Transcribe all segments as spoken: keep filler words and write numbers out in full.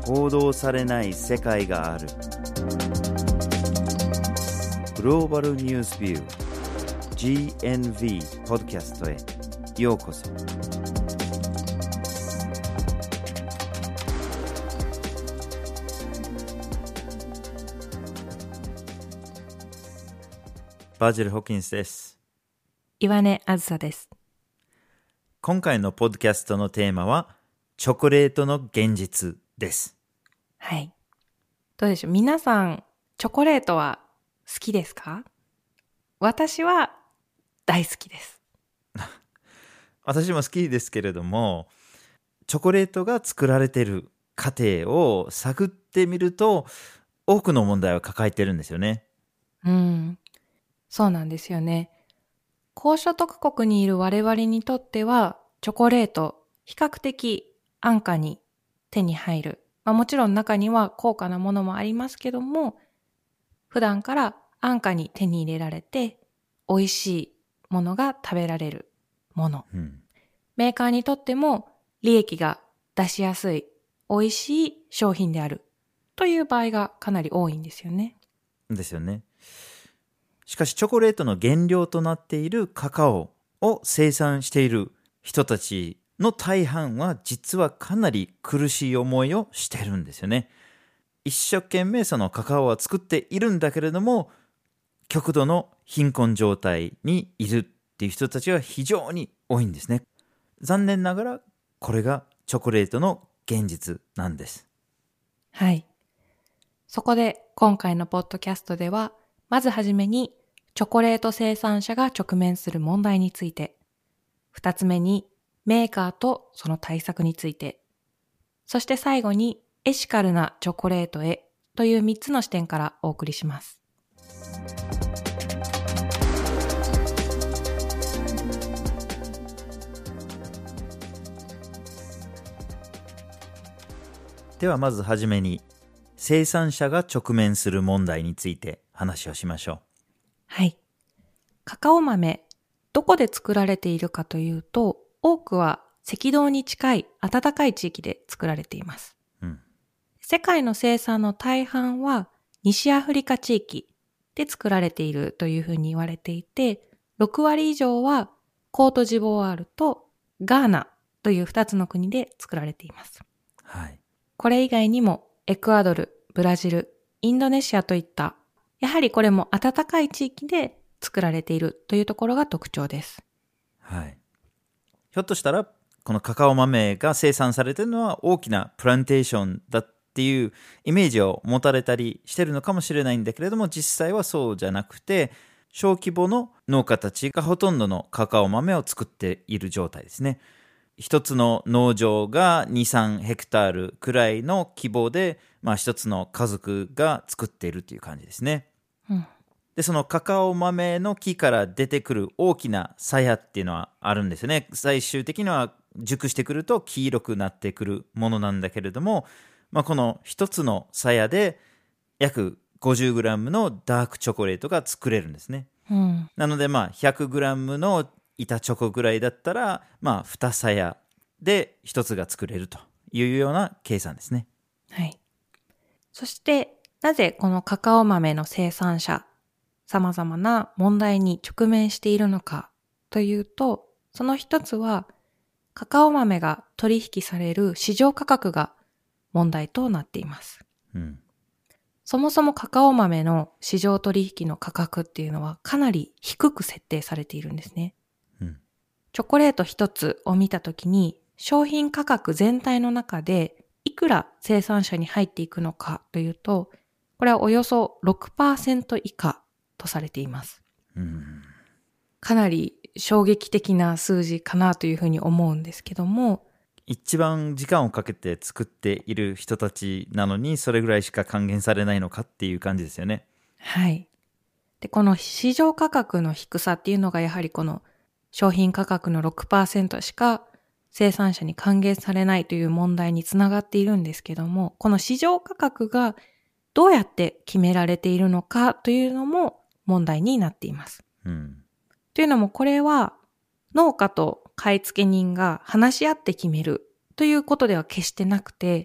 報道されない世界がある。グローバルニュースビュー ジーエヌブイ ポッドキャストへようこそ。バジル・ホキンスです。 岩根あずさです。 今回のポッドキャストのテーマはチョコレートの現実です。 はい。どうでしょう、皆さんチョコレートは好きですか？私は大好きです。 私も好きですけれども、チョコレートが作られている過程を探ってみると多くの問題を抱えてるんですよね。 うん、そうなんですよね。高所得国にいる我々にとってはチョコレート比較的安価に手に入る、まあ、もちろん中には高価なものもありますけども、普段から安価に手に入れられて美味しいものが食べられるもの、うん、メーカーにとっても利益が出しやすい美味しい商品であるという場合がかなり多いんですよね。 ですよね。しかしチョコレートの原料となっているカカオを生産している人たちの大半は実はかなり苦しい思いをしてるんですよね。一生懸命そのカカオは作っているんだけれども、極度の貧困状態にいるっていう人たちは非常に多いんですね。残念ながらこれがチョコレートの現実なんです。 はい。そこで今回のポッドキャストでは、まずはじめにチョコレート生産者が直面する問題について、二つ目にメーカーとその対策について、そして最後にエシカルなチョコレートへという三つの視点からお送りします。 ではまずはじめに生産者が直面する問題について話をしましょう。 はい。カカオ豆、どこで作られているかというと、多くは赤道に近い暖かい地域で作られています。うん、世界の生産の大半は西アフリカ地域で作られているというふうに言われていて、ろくわり以上はコートジボワールとガーナというふたつの国で作られています。 はい。 これ以外にもエクアドル、ブラジル、インドネシアといったやはりこれも暖かい地域で作られているというところが特徴です。 はい。ひょっとしたらこのカカオ豆が生産されているのは大きなプランテーションだっていうイメージを持たれたりしてるのかもしれないんだけれども、実際はそうじゃなくて小規模の農家たちがほとんどのカカオ豆を作っている状態ですね。一つの農場がに、さんヘクタールくらいの規模で、まあ一つの家族が作っているという感じですね。うん、で、そのカカオ豆の木から出てくる大きな鞘っていうのはあるんですよね。最終的には熟してくると黄色くなってくるものなんだけれども、まあ、この一つの鞘で約 ごじゅうグラム のダークチョコレートが作れるんですね。うん、なのでまあ ひゃくグラム の板チョコぐらいだったら、まあに鞘で一つが作れるというような計算ですね。 はい。そしてなぜこのカカオ豆の生産者、様々な問題に直面しているのかというと、その一つはカカオ豆が取引される市場価格が問題となっています。うん、そもそもカカオ豆の市場取引の価格っていうのはかなり低く設定されているんですね。うん、チョコレート一つを見たときに商品価格全体の中でいくら生産者に入っていくのかというと、これはおよそ ろくパーセント 以下とされています。うん、かなり衝撃的な数字かなというふうに思うんですけども、 一番時間をかけて作っている人たちなのにそれぐらいしか還元されないのかっていう感じですよね。 はい。で、この市場価格の低さっていうのがやはりこの商品価格の ろくパーセント しか生産者に還元されないという問題につながっているんですけども、この市場価格がどうやって決められているのかというのも問題になっています。うん、というのもこれは農家と買付人が話し合って決めるということでは決してなくて、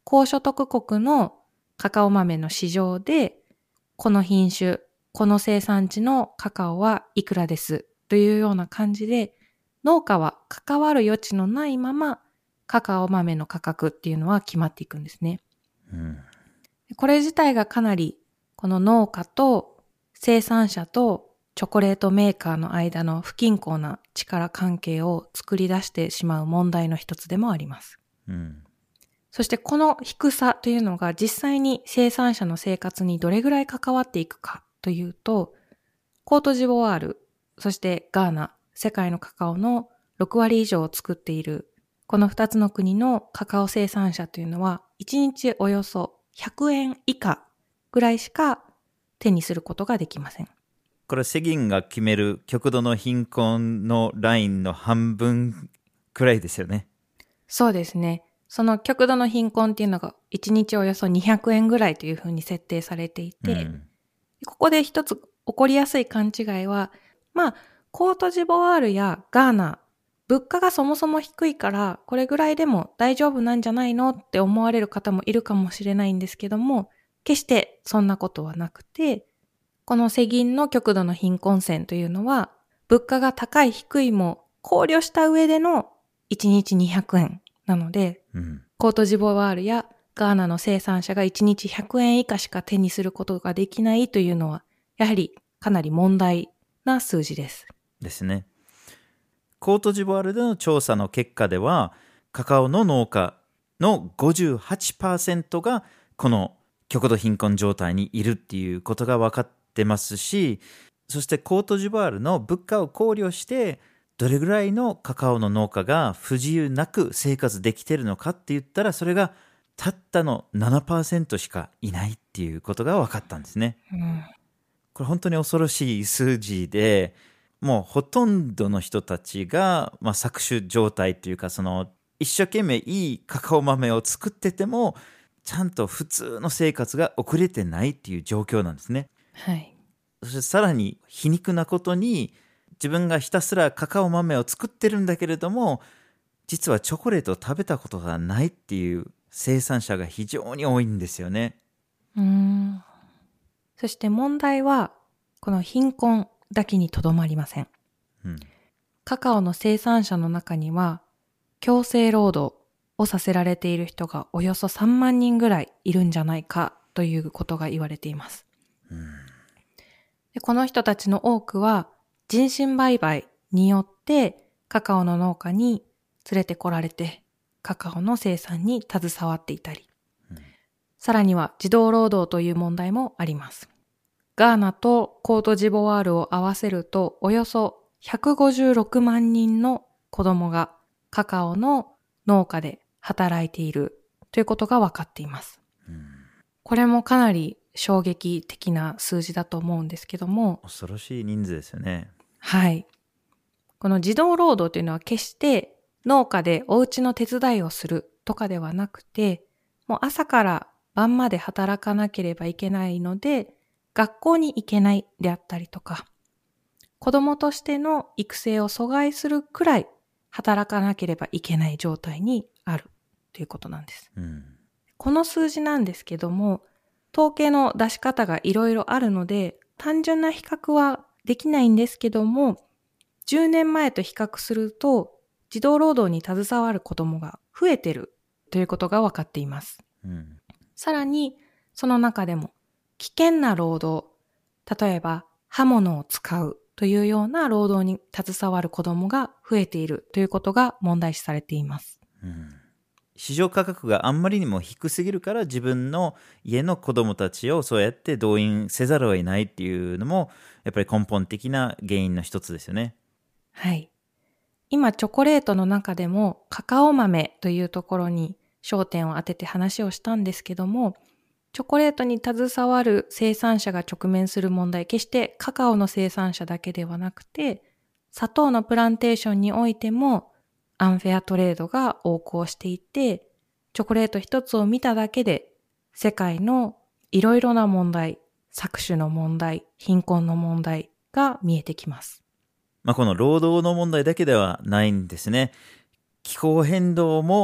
高所得国のカカオ豆の市場で、この品種、この生産地のカカオはいくらですというような感じで、農家は関わる余地のないままカカオ豆の価格っていうのは決まっていくんですね。 うん、 これ自体がかなりこの農家と生産者とチョコレートメーカーの間の不均衡な力関係を作り出してしまう問題の一つでもあります。 うん、 そしてこの低さというのが実際に生産者の生活にどれぐらい関わっていくかというと、コートジボワール、そしてガーナ、世界のカカオのろくわり以上を作っているこのふたつの国のカカオ生産者というのは、いちにちおよそひゃくえん以下ぐらいしか手にすることができません。 これ世銀が決める極度の貧困のラインの半分くらいですよね。 そうですね。その極度の貧困っていうのがいちにちおよそにひゃくえんぐらいというふうに設定されていて、うん、ここで一つ起こりやすい勘違いは、まあ、コートジボワールやガーナ、物価がそもそも低いからこれぐらいでも大丈夫なんじゃないのって思われる方もいるかもしれないんですけども、決してそんなことはなくて、この世銀の極度の貧困線というのは物価が高い低いも考慮した上でのいちにちにひゃくえんなので、うん、コートジボワールやガーナの生産者がいちにちひゃくえん以下しか手にすることができないというのはやはりかなり問題な数字です。 ですね。コートジボワールでの調査の結果では、カカオの農家の ごじゅうはちパーセント がこの極度貧困状態にいるっていうことが分かってますし、そしてコートジボワールの物価を考慮してどれぐらいのカカオの農家が不自由なく生活できてるのかって言ったら、それがたったの ななパーセント しかいないっていうことが分かったんですね。うん、これ本当に恐ろしい数字で、もうほとんどの人たちが、まあ、搾取状態というか、その一生懸命いいカカオ豆を作っててもちゃんと普通の生活が送れてないっていう状況なんですね。 はい。 そしてさらに皮肉なことに、自分がひたすらカカオ豆を作ってるんだけれども、実はチョコレートを食べたことがないっていう生産者が非常に多いんですよね。 うーん。そして問題はこの貧困だけにとどまりません。うん、カカオの生産者の中には強制労働をさせられている人がおよそさんまんにんぐらいいるんじゃないかということが言われています。うん、でこの人たちの多くは人身売買によってカカオの農家に連れてこられてカカオの生産に携わっていたり、うん、さらには児童労働という問題もあります。ガーナとコートジボワールを合わせるとおよそひゃくごじゅうろくまんにんの子供がカカオの農家で働いているということが分かっています。うん、これもかなり衝撃的な数字だと思うんですけども。 恐ろしい人数ですよね。 はい。この児童労働というのは決して農家でお家の手伝いをするとかではなくて、もう朝から晩まで働かなければいけないので、学校に行けないであったりとか、子供としての育成を阻害するくらい働かなければいけない状態にあるということなんです。うん、この数字なんですけども、統計の出し方がいろいろあるので、単純な比較はできないんですけども、じゅうねんまえと比較すると、児童労働に携わる子供が増えてるということが分かっています。うん、さらに、その中でも、危険な労働、例えば刃物を使うというような労働に携わる子どもが増えているということが問題視されています。 うん、市場価格があんまりにも低すぎるから自分の家の子どもたちをそうやって動員せざるを得ないっていうのもやっぱり根本的な原因の一つですよね。 はい。今チョコレートの中でもカカオ豆というところに焦点を当てて話をしたんですけども、チョコレートに携わる生産者が直面する問題、決してカカオの生産者だけではなくて、砂糖のプランテーションにおいてもアンフェアトレードが横行していて、チョコレート一つを見ただけで世界のいろいろな問題、搾取の問題、貧困の問題が見えてきます。 まあ、この労働の問題だけではないんですね。気候変動も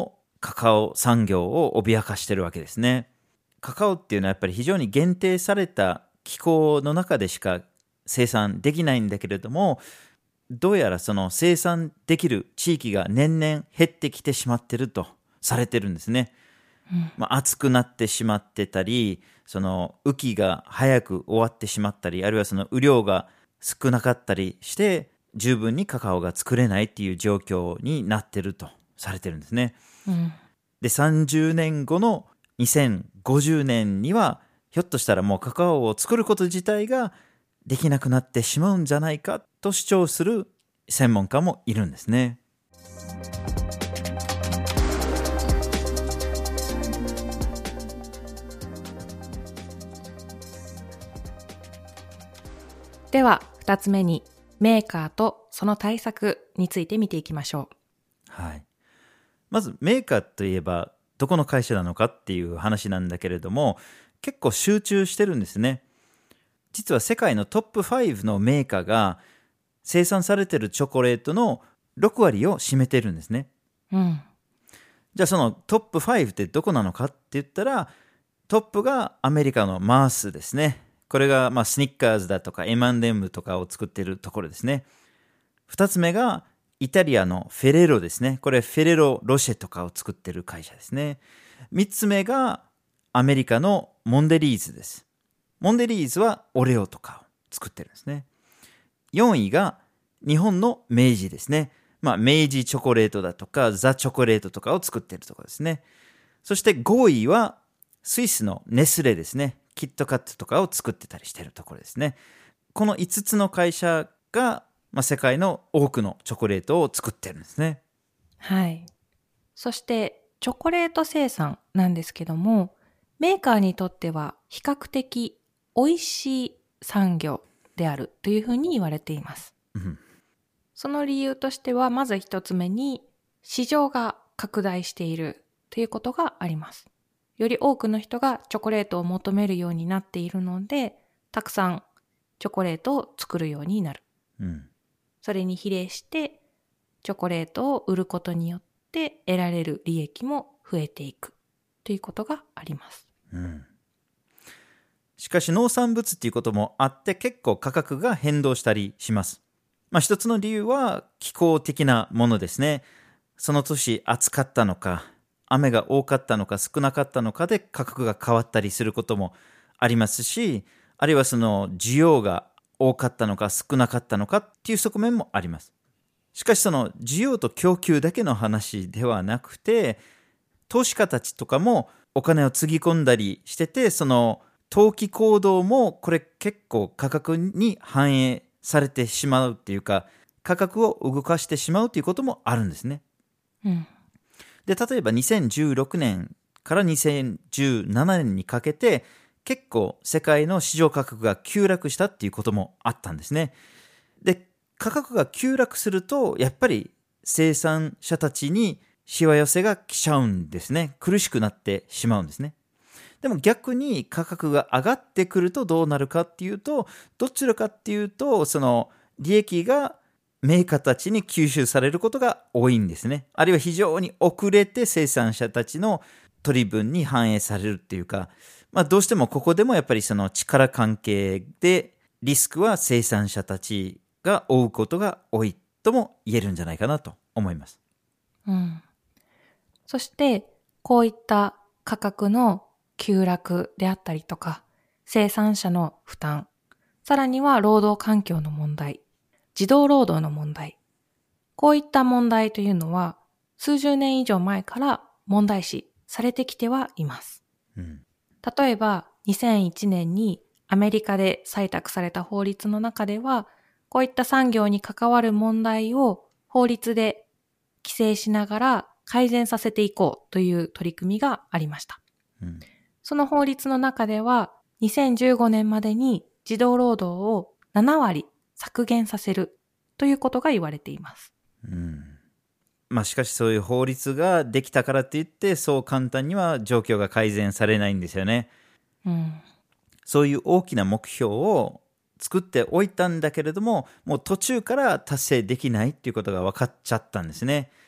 カカオ産業を脅かしてるわけですね。カカオっていうのはやっぱり非常に限定された気候の中でしか生産できないんだけれども、どうやらその生産できる地域が年々減ってきてしまってるとされてるんですね。 うんまあ、暑くなってしまってたり、その雨季が早く終わってしまったり、あるいはその雨量が少なかったりして十分にカカオが作れないっていう状況になってるとされてるんですね。 うんでさんじゅうねんごのにせんごじゅうねんにはひょっとしたらもうカカオを作ること自体ができなくなってしまうんじゃないかと主張する専門家もいるんですね。 ではふたつめにメーカーとその対策について見ていきましょう。 はい、まずメーカーといえばどこの会社なのかっていう話なんだけれども、結構集中してるんですね。実は世界のトップごのメーカーが生産されているチョコレートのろくわりを占めてるんですね。 うん。 じゃあそのトップごってどこなのかって言ったら、トップがアメリカのマースですね。これがまあスニッカーズだとか エムアンドエム とかを作っているところですね。ふたつめがイタリアのフェレロですね。これフェレロロシェとかを作っている会社ですね。みっつめがアメリカのモンデリーズです。モンデリーズはオレオとかを作ってるんですね。よんいが日本の明治ですね。まあ、明治チョコレートだとかザ・チョコレートとかを作っているところですね。そしてごいはスイスのネスレですね。キットカットとかを作ってたりしているところですね。このいつつの会社が、まあ、世界の多くのチョコレートを作ってるんですね。 はい。そしてチョコレート生産なんですけども、メーカーにとっては比較的美味しい産業であるというふうに言われています。 うん、 その理由としては、まず一つ目に市場が拡大しているということがあります。より多くの人がチョコレートを求めるようになっているので、たくさんチョコレートを作るようになる。 うん、 それに比例してチョコレートを売ることによって得られる利益も増えていくということがあります。 うん、しかし農産物っていうこともあって結構価格が変動したりします。まあ、一つの理由は気候的なものですね。その年暑かったのか、雨が多かったのか少なかったのかで価格が変わったりすることもありますし、あるいはその需要が多かったのか少なかったのかっていう側面もあります。しかしその需要と供給だけの話ではなくて、投資家たちとかもお金をつぎ込んだりしてて、その投機行動もこれ結構価格に反映されてしまうっていうか、価格を動かしてしまうということもあるんですね。 うん。 で、例えばにせんじゅうろくねんからにせんじゅうななねんにかけて結構世界の市場価格が急落したっていうこともあったんですね。で、価格が急落するとやっぱり生産者たちにしわ寄せが来ちゃうんですね。苦しくなってしまうんですね。でも逆に価格が上がってくるとどうなるかっていうと、どちらかっていうとその利益がメーカーたちに吸収されることが多いんですね。あるいは非常に遅れて生産者たちの取り分に反映されるっていうか、まあ、どうしてもここでもやっぱりその力関係でリスクは生産者たちが負うことが多いとも言えるんじゃないかなと思います。 うん。そしてこういった価格の急落であったりとか、生産者の負担、さらには労働環境の問題、児童労働の問題、こういった問題というのは数十年以上前から問題視されてきてはいます。 うん、 例えばにせんいちねんにアメリカで採択された法律の中では、こういった産業に関わる問題を法律で規制しながら改善させていこうという取り組みがありました。 うん、 その法律の中ではにせんじゅうごねんまでに児童労働をななわり削減させるということが言われています。 うん、まあしかしそういう法律ができたからって言ってそう簡単には状況が改善されないんですよね。 うん、 そういう大きな目標を作っておいたんだけれども、もう途中から達成できないっていうことが分かっちゃったんですね。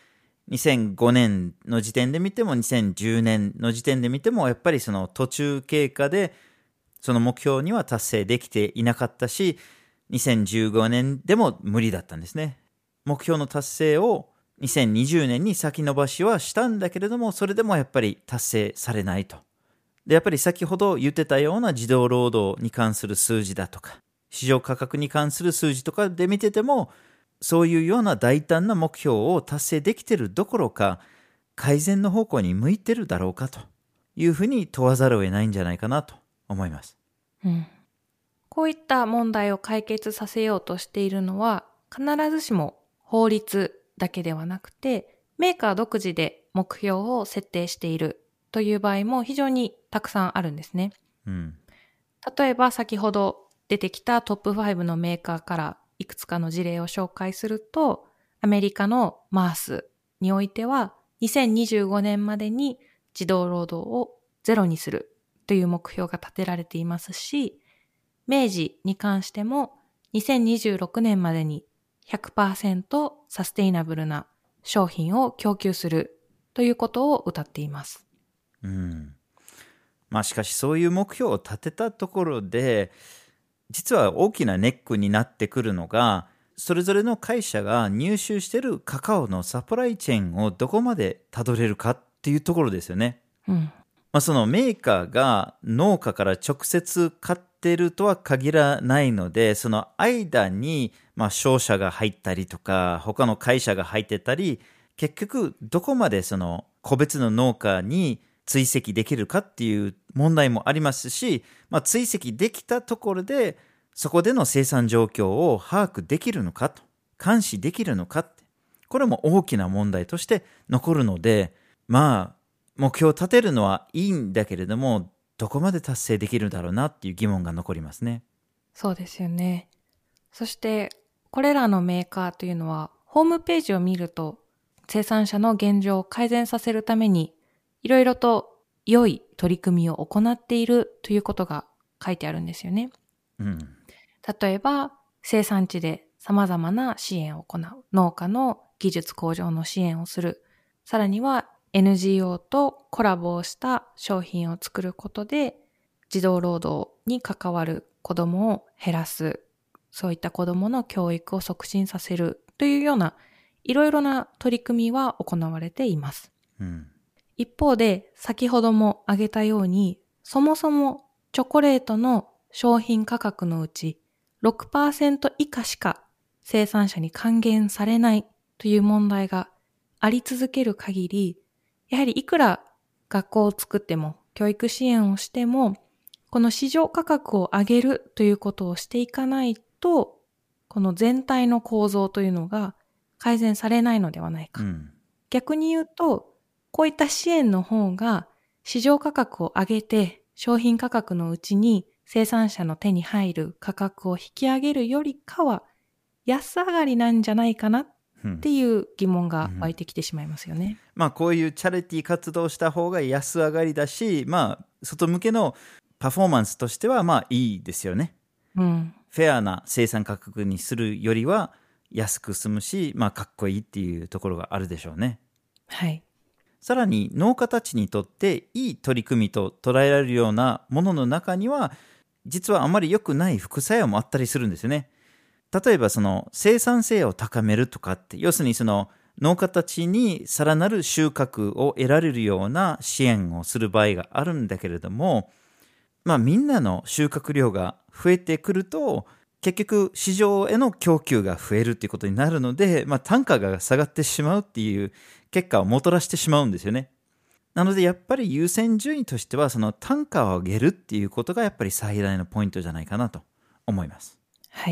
にせんごねんの時点で見てもにせんじゅうねんの時点で見てもやっぱりその途中経過でその目標には達成できていなかったし、にせんじゅうごねんでも無理だったんですね。目標の達成をにせんにじゅうねんに先延ばしはしたんだけれども、それでもやっぱり達成されないと。で、やっぱり先ほど言ってたような児童労働に関する数字だとか、市場価格に関する数字とかで見てても、そういうような大胆な目標を達成できているどころか、改善の方向に向いてるだろうかというふうに問わざるを得ないんじゃないかなと思います。 うん、こういった問題を解決させようとしているのは、必ずしも法律だけではなくて、メーカー独自で目標を設定しているという場合も非常にたくさんあるんですね。 うん、 例えば先ほど出てきたトップファイブのメーカーからいくつかの事例を紹介すると、アメリカのマースにおいてはにせんにじゅうごねんまでに児童労働をゼロにするという目標が立てられていますし、明治に関してもにせんにじゅうろくねんまでに ひゃくパーセント サステイナブルな商品を供給するということを謳っています。 うん、まあしかしそういう目標を立てたところで、実は大きなネックになってくるのが、それぞれの会社が入手しているカカオのサプライチェーンをどこまでたどれるかっていうところですよね。 うん、 まあ、そのメーカーが農家から直接買ってるとは限らないので、その間にまあ商社が入ったりとか他の会社が入ってたり、結局どこまでその個別の農家に追跡できるかっていう問題もありますし、まあ、追跡できたところでそこでの生産状況を把握できるのかと、監視できるのかって、これも大きな問題として残るので、まあ目標を立てるのはいいんだけれども、どこまで達成できるだろうなっていう疑問が残りますね。 そうですよね。そしてこれらのメーカーというのはホームページを見ると、生産者の現状を改善させるためにいろいろと良い取り組みを行っているということが書いてあるんですよね。 うん、 例えば生産地で様々な支援を行う、農家の技術向上の支援をする、さらには エヌジーオー とコラボをした商品を作ることで児童労働に関わる子どもを減らす、そういった子どもの教育を促進させるというようないろいろな取り組みは行われています。 うん、 一方で先ほども挙げたように、そもそもチョコレートの商品価格のうち ろくパーセント 以下しか生産者に還元されないという問題があり続ける限り、やはりいくら学校を作っても教育支援をしても、この市場価格を上げるということをしていかないと、この全体の構造というのが改善されないのではないか。 うん、 逆に言うと、こういった支援の方が市場価格を上げて商品価格のうちに生産者の手に入る価格を引き上げるよりかは安上がりなんじゃないかなっていう疑問が湧いてきてしまいますよね。 うん、まあこういうチャリティー活動した方が安上がりだし、まあ外向けのパフォーマンスとしてはまあいいですよね。 うん、 フェアな生産価格にするよりは安く済むし、まあかっこいいっていうところがあるでしょうね。 はい。 さらに農家たちにとっていい取り組みと捉えられるようなものの中には、実はあまり良くない副作用もあったりするんですよね。例えばその生産性を高めるとかって、要するにその農家たちにさらなる収穫を得られるような支援をする場合があるんだけれども、まあみんなの収穫量が増えてくると、結局市場への供給が増えるっていうことになるので、まあ、単価が下がってしまうっていう結果をもたらしてしまうんですよね。なのでやっぱり優先順位としてはその単価を上げるっていうことがやっぱり最大のポイントじゃないかなと思います。 はい。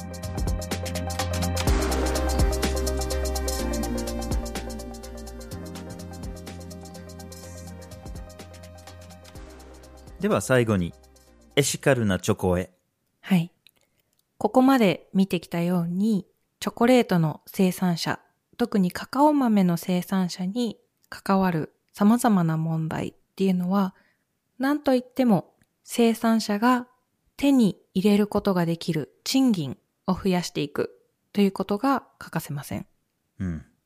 では最後にエシカルなチョコへ。 はい。ここまで見てきたように、チョコレートの生産者、特にカカオ豆の生産者に関わる様々な問題っていうのは、何といっても生産者が手に入れることができる賃金を増やしていくということが欠かせません。 うん。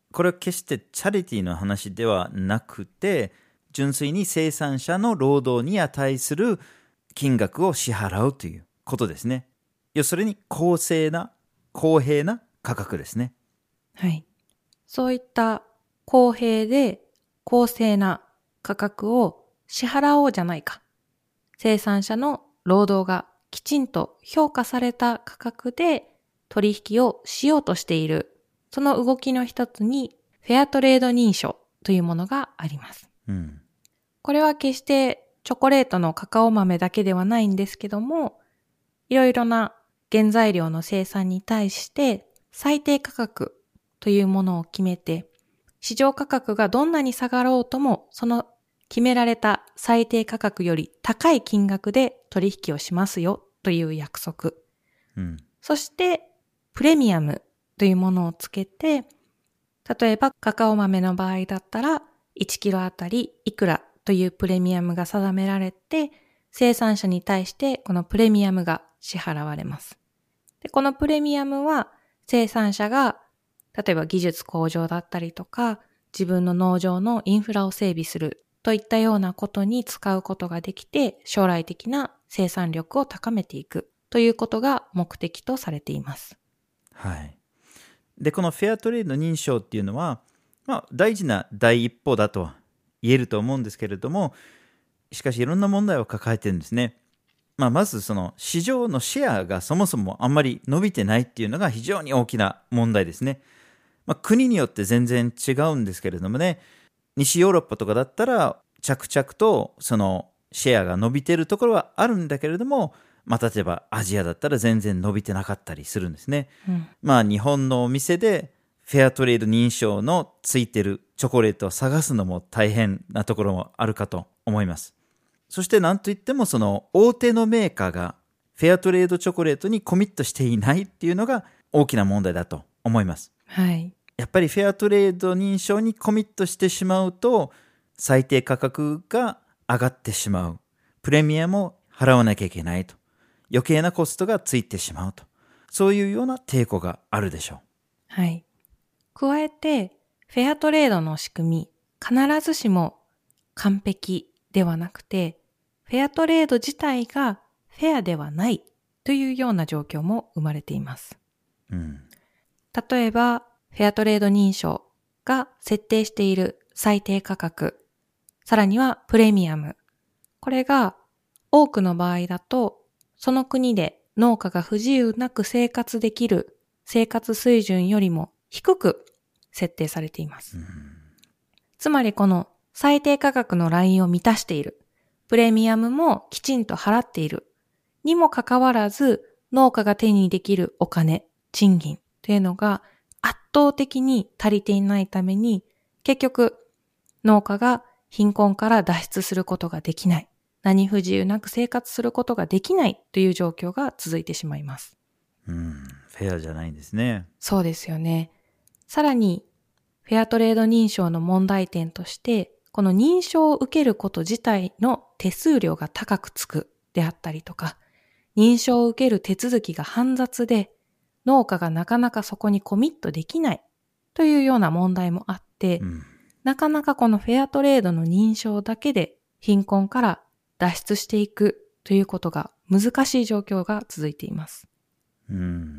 これは決してチャリティーの話ではなくて、純粋に生産者の労働に値する金額を支払うということですね。要するに公正な、公平な価格ですね。 はい。そういった公平で公正な価格を支払おうじゃないか。生産者の労働がきちんと評価された価格で取引をしようとしている。その動きの一つにフェアトレード認証というものがあります。 うん、 これは決してチョコレートのカカオ豆だけではないんですけども、いろいろな原材料の生産に対して最低価格というものを決めて、市場価格がどんなに下がろうとも、その決められた最低価格より高い金額で取引をしますよという約束。 うん、 そしてプレミアムというものをつけて、例えばカカオ豆の場合だったらいちキロあたりいくらというプレミアムが定められて、生産者に対してこのプレミアムが支払われます。で、このプレミアムは生産者が例えば技術向上だったりとか、自分の農場のインフラを整備するといったようなことに使うことができて、将来的な生産力を高めていくということが目的とされています。 はい。で、このフェアトレード認証っていうのは、まあ、大事な第一歩だとは言えると思うんですけれども、しかしいろんな問題を抱えてるんですね。まあ、まずその市場のシェアがそもそもあんまり伸びてないっていうのが非常に大きな問題ですね。まあ、国によって全然違うんですけれどもね、西ヨーロッパとかだったら着々とそのシェアが伸びてるところはあるんだけれども、まあ、例えばアジアだったら全然伸びてなかったりするんですね。 うん、 まあ日本のお店でフェアトレード認証のついてるチョコレートを探すのも大変なところもあるかと思います。そして何といってもその大手のメーカーがフェアトレードチョコレートにコミットしていないっていうのが大きな問題だと思います。 はい。 やっぱりフェアトレード認証にコミットしてしまうと最低価格が上がってしまう。プレミアムを払わなきゃいけないと。余計なコストがついてしまうと。そういうような抵抗があるでしょう。 はい。加えて、フェアトレードの仕組み、必ずしも完璧ではなくて、フェアトレード自体がフェアではないというような状況も生まれています。 うん、 例えば、フェアトレード認証が設定している最低価格、さらにはプレミアム。これが多くの場合だと、その国で農家が不自由なく生活できる生活水準よりも低く設定されています。 うん、 つまりこの最低価格のラインを満たしている。プレミアムもきちんと払っている。にもかかわらず農家が手にできるお金、賃金というのが圧倒的に足りていないために、結局農家が貧困から脱出することができない。何不自由なく生活することができないという状況が続いてしまいます。 うん、フェアじゃないんですね。 そうですよね。さらに、フェアトレード認証の問題点として、この認証を受けること自体の手数料が高くつくであったりとか、認証を受ける手続きが煩雑で、農家がなかなかそこにコミットできないというような問題もあって、 うん、 なかなかこのフェアトレードの認証だけで貧困から脱出していくということが難しい状況が続いています。 うん、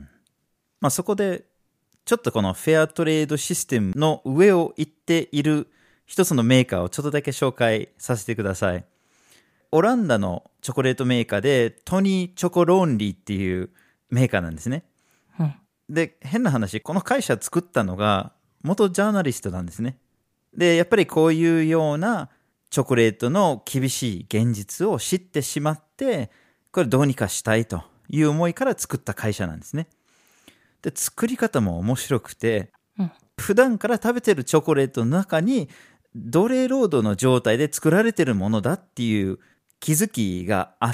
まあそこでちょっとこのフェアトレードシステムの上を行っている一つのメーカーをちょっとだけ紹介させてください。オランダのチョコレートメーカーでトニーチョコロンリーっていうメーカーなんですね。 うん、 で、変な話、この会社作ったのが元ジャーナリストなんですね。で、やっぱりこういうようなチョコレートの厳しい現実を知ってしまって、これどうにかしたいという思いから作った会社なんですね。で、作り方も面白くて、 うん、 普段から食べてるチョコレートの中に奴隷労働の状態で作られてるものだっていう気づきがあって、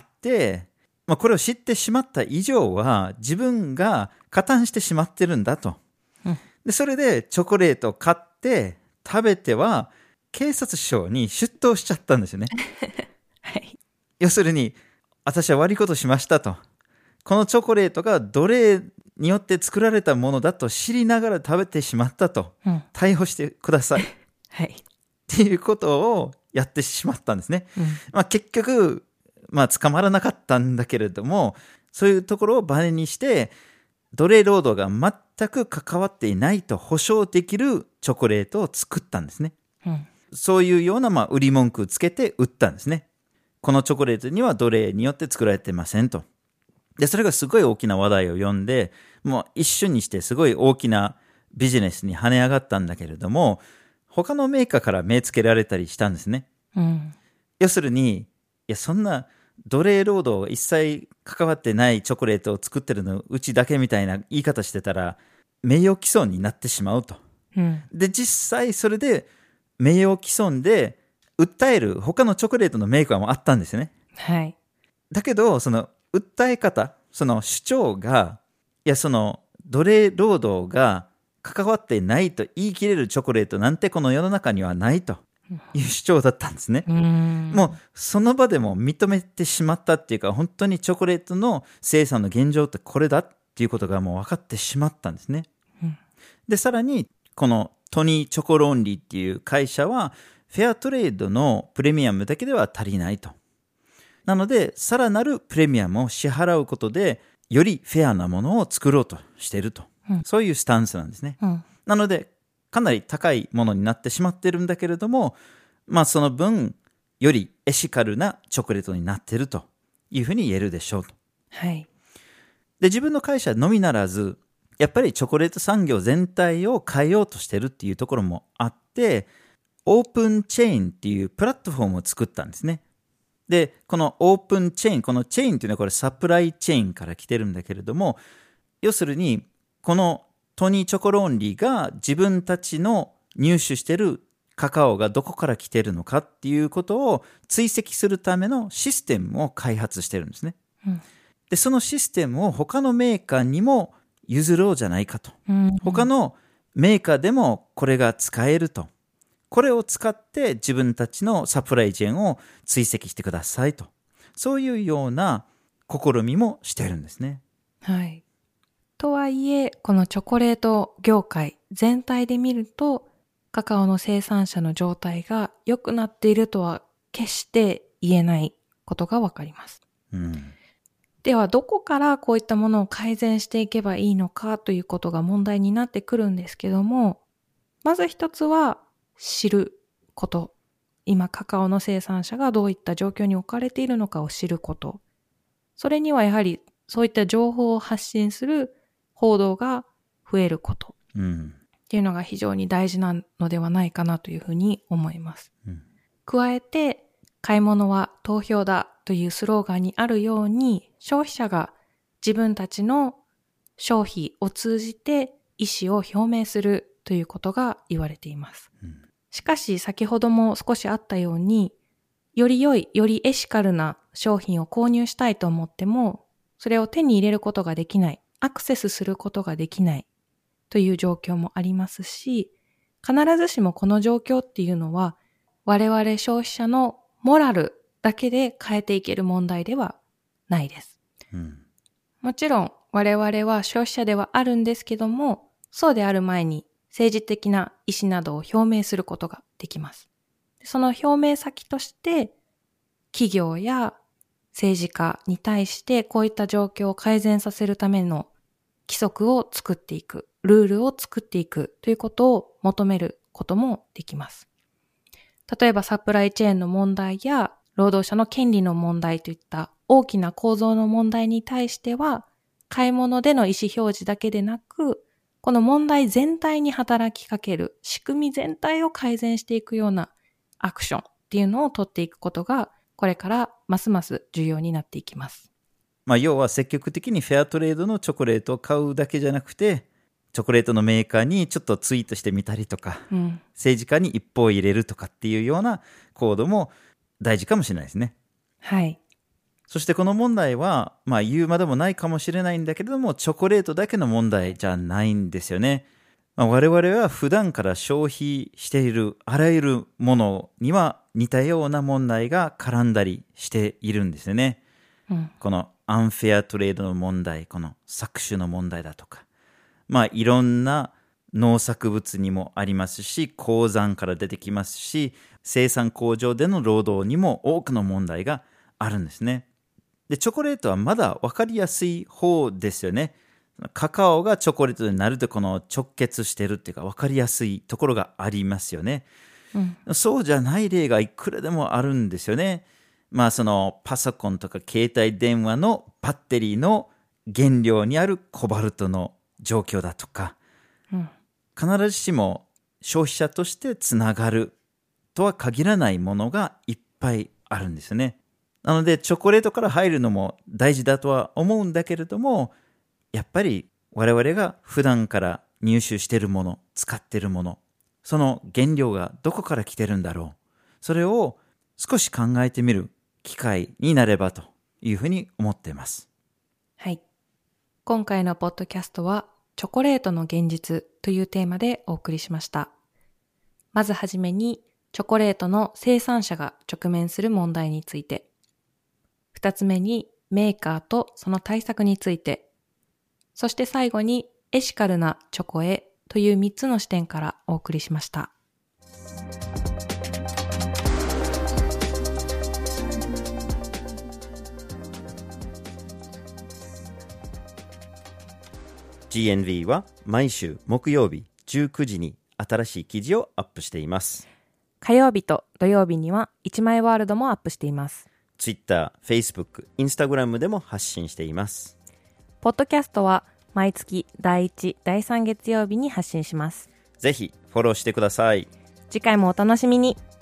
まあ、これを知ってしまった以上は自分が加担してしまってるんだと。 うん、 で、それでチョコレートを買って食べては警察署に出頭しちゃったんですよね。 はい。 要するに、私は悪いことしましたと。このチョコレートが奴隷によって作られたものだと知りながら食べてしまったと、 うん。 逮捕してくださいっはい。 ていうことをやってしまったんですね。 うん。 まあ、結局、まあ、捕まらなかったんだけれども、そういうところをバネにして奴隷労働が全く関わっていないと保証できるチョコレートを作ったんですね。 うん。 そういうようなまあ売り文句をつけて売ったんですね。このチョコレートには奴隷によって作られてませんと。で、それがすごい大きな話題を呼んで、もう一瞬にしてすごい大きなビジネスに跳ね上がったんだけれども、他のメーカーから目つけられたりしたんですね。 うん。 要するに、いや、そんな奴隷労働が一切関わってないチョコレートを作ってるのうちだけみたいな言い方してたら、名誉毀損になってしまうと。 うん。 で、実際それで名誉毀損で訴える他のチョコレートのメーカーもあったんですよね。 はい。 だけど、その訴え方、その主張が、いや、その奴隷労働が関わってないと言い切れるチョコレートなんてこの世の中にはないという主張だったんですね。 うーん。 もうその場でも認めてしまったっていうか、本当にチョコレートの生産の現状ってこれだっていうことがもう分かってしまったんですね。 うんで、さらにこのトニーチョコロンリーっていう会社はフェアトレードのプレミアムだけでは足りないと。なので、さらなるプレミアムを支払うことで、よりフェアなものを作ろうとしていると。 うんそういうスタンスなんですね。 うん。 なので、かなり高いものになってしまってるんだけれども、まあその分、よりエシカルなチョコレートになっているというふうに言えるでしょうと。 はい。 で、自分の会社のみならず、やっぱりチョコレート産業全体を変えようとしてるっていうところもあって、オープンチェーンっていうプラットフォームを作ったんですね。で、このオープンチェーン、このチェーンっていうのはこれサプライチェーンから来てるんだけれども、要するに、このトニーチョコロンリーが自分たちの入手してるカカオがどこから来てるのかっていうことを追跡するためのシステムを開発してるんですね。 うんで、そのシステムを他のメーカーにも譲ろうじゃないかと。 うん他のメーカーでもこれが使えると。これを使って自分たちのサプライチェーンを追跡してくださいと。そういうような試みもしてるんですね。 はい。とはいえ、このチョコレート業界全体で見ると、カカオの生産者の状態が良くなっているとは決して言えないことがわかります。 うん。 では、どこからこういったものを改善していけばいいのかということが問題になってくるんですけども、まず一つは知ること。今、カカオの生産者がどういった状況に置かれているのかを知ること。それにはやはりそういった情報を発信する報道が増えることうん。 っていうのが非常に大事なのではないかなというふうに思います。 うん加えて、買い物は投票だというスローガンにあるように、消費者が自分たちの消費を通じて意思を表明するということが言われています。 うんしかし先ほども少しあったように、より良い、よりエシカルな商品を購入したいと思っても、それを手に入れることができない、アクセスすることができないという状況もありますし、必ずしもこの状況っていうのは、我々消費者のモラルだけで変えていける問題ではないです。 うんもちろん我々は消費者ではあるんですけども、そうである前に政治的な意思などを表明することができます。その表明先として企業や政治家に対してこういった状況を改善させるための規則を作っていく、ルールを作っていくということを求めることもできます。例えばサプライチェーンの問題や労働者の権利の問題といった大きな構造の問題に対しては、買い物での意思表示だけでなく、この問題全体に働きかける仕組み全体を改善していくようなアクションっていうのを取っていくことが、これからますます重要になっていきます。 まあ、要は積極的にフェアトレードのチョコレートを買うだけじゃなくて、チョコレートのメーカーにちょっとツイートしてみたりとか、 うん、 政治家に一報入れるとかっていうような行動も大事かもしれないですね。 はい。 そしてこの問題は、まあ言うまでもないかもしれないんだけれども、チョコレートだけの問題じゃないんですよね。まあ、我々は普段から消費しているあらゆるものには似たような問題が絡んだりしているんですよね。 うん、 このアンフェアトレードの問題、この搾取の問題だとか、まあいろんな農作物にもありますし、鉱山から出てきますし、生産工場での労働にも多くの問題があるんですね。で、チョコレートはまだ分かりやすい方ですよね。カカオがチョコレートになるとこの直結してるっていうか分かりやすいところがありますよね。 うん、 そうじゃない例がいくらでもあるんですよね。まあそのパソコンとか携帯電話のバッテリーの原料にあるコバルトの状況だとか、 うん、 必ずしも消費者としてつながるとは限らないものがいっぱいあるんですよね。なのでチョコレートから入るのも大事だとは思うんだけれども、やっぱり我々が普段から入手しているもの、使っているもの、その原料がどこから来てるんだろう、それを少し考えてみる機会になればというふうに思っています。 はい。今回のポッドキャストはチョコレートの現実というテーマでお送りしました。まずはじめにチョコレートの生産者が直面する問題について、二つ目にメーカーとその対策について、そして最後にエシカルなチョコへというみっつの視点からお送りしました。 ジーエヌブイ は毎週木曜日じゅうくじに新しい記事をアップしています。 火曜日と土曜日には一枚ワールドもアップしています。 Twitter、Facebook、Instagram でも発信しています。 ポッドキャストは毎月だいいち、だいさん月曜日に発信します。 ぜひフォローしてください。 次回もお楽しみに。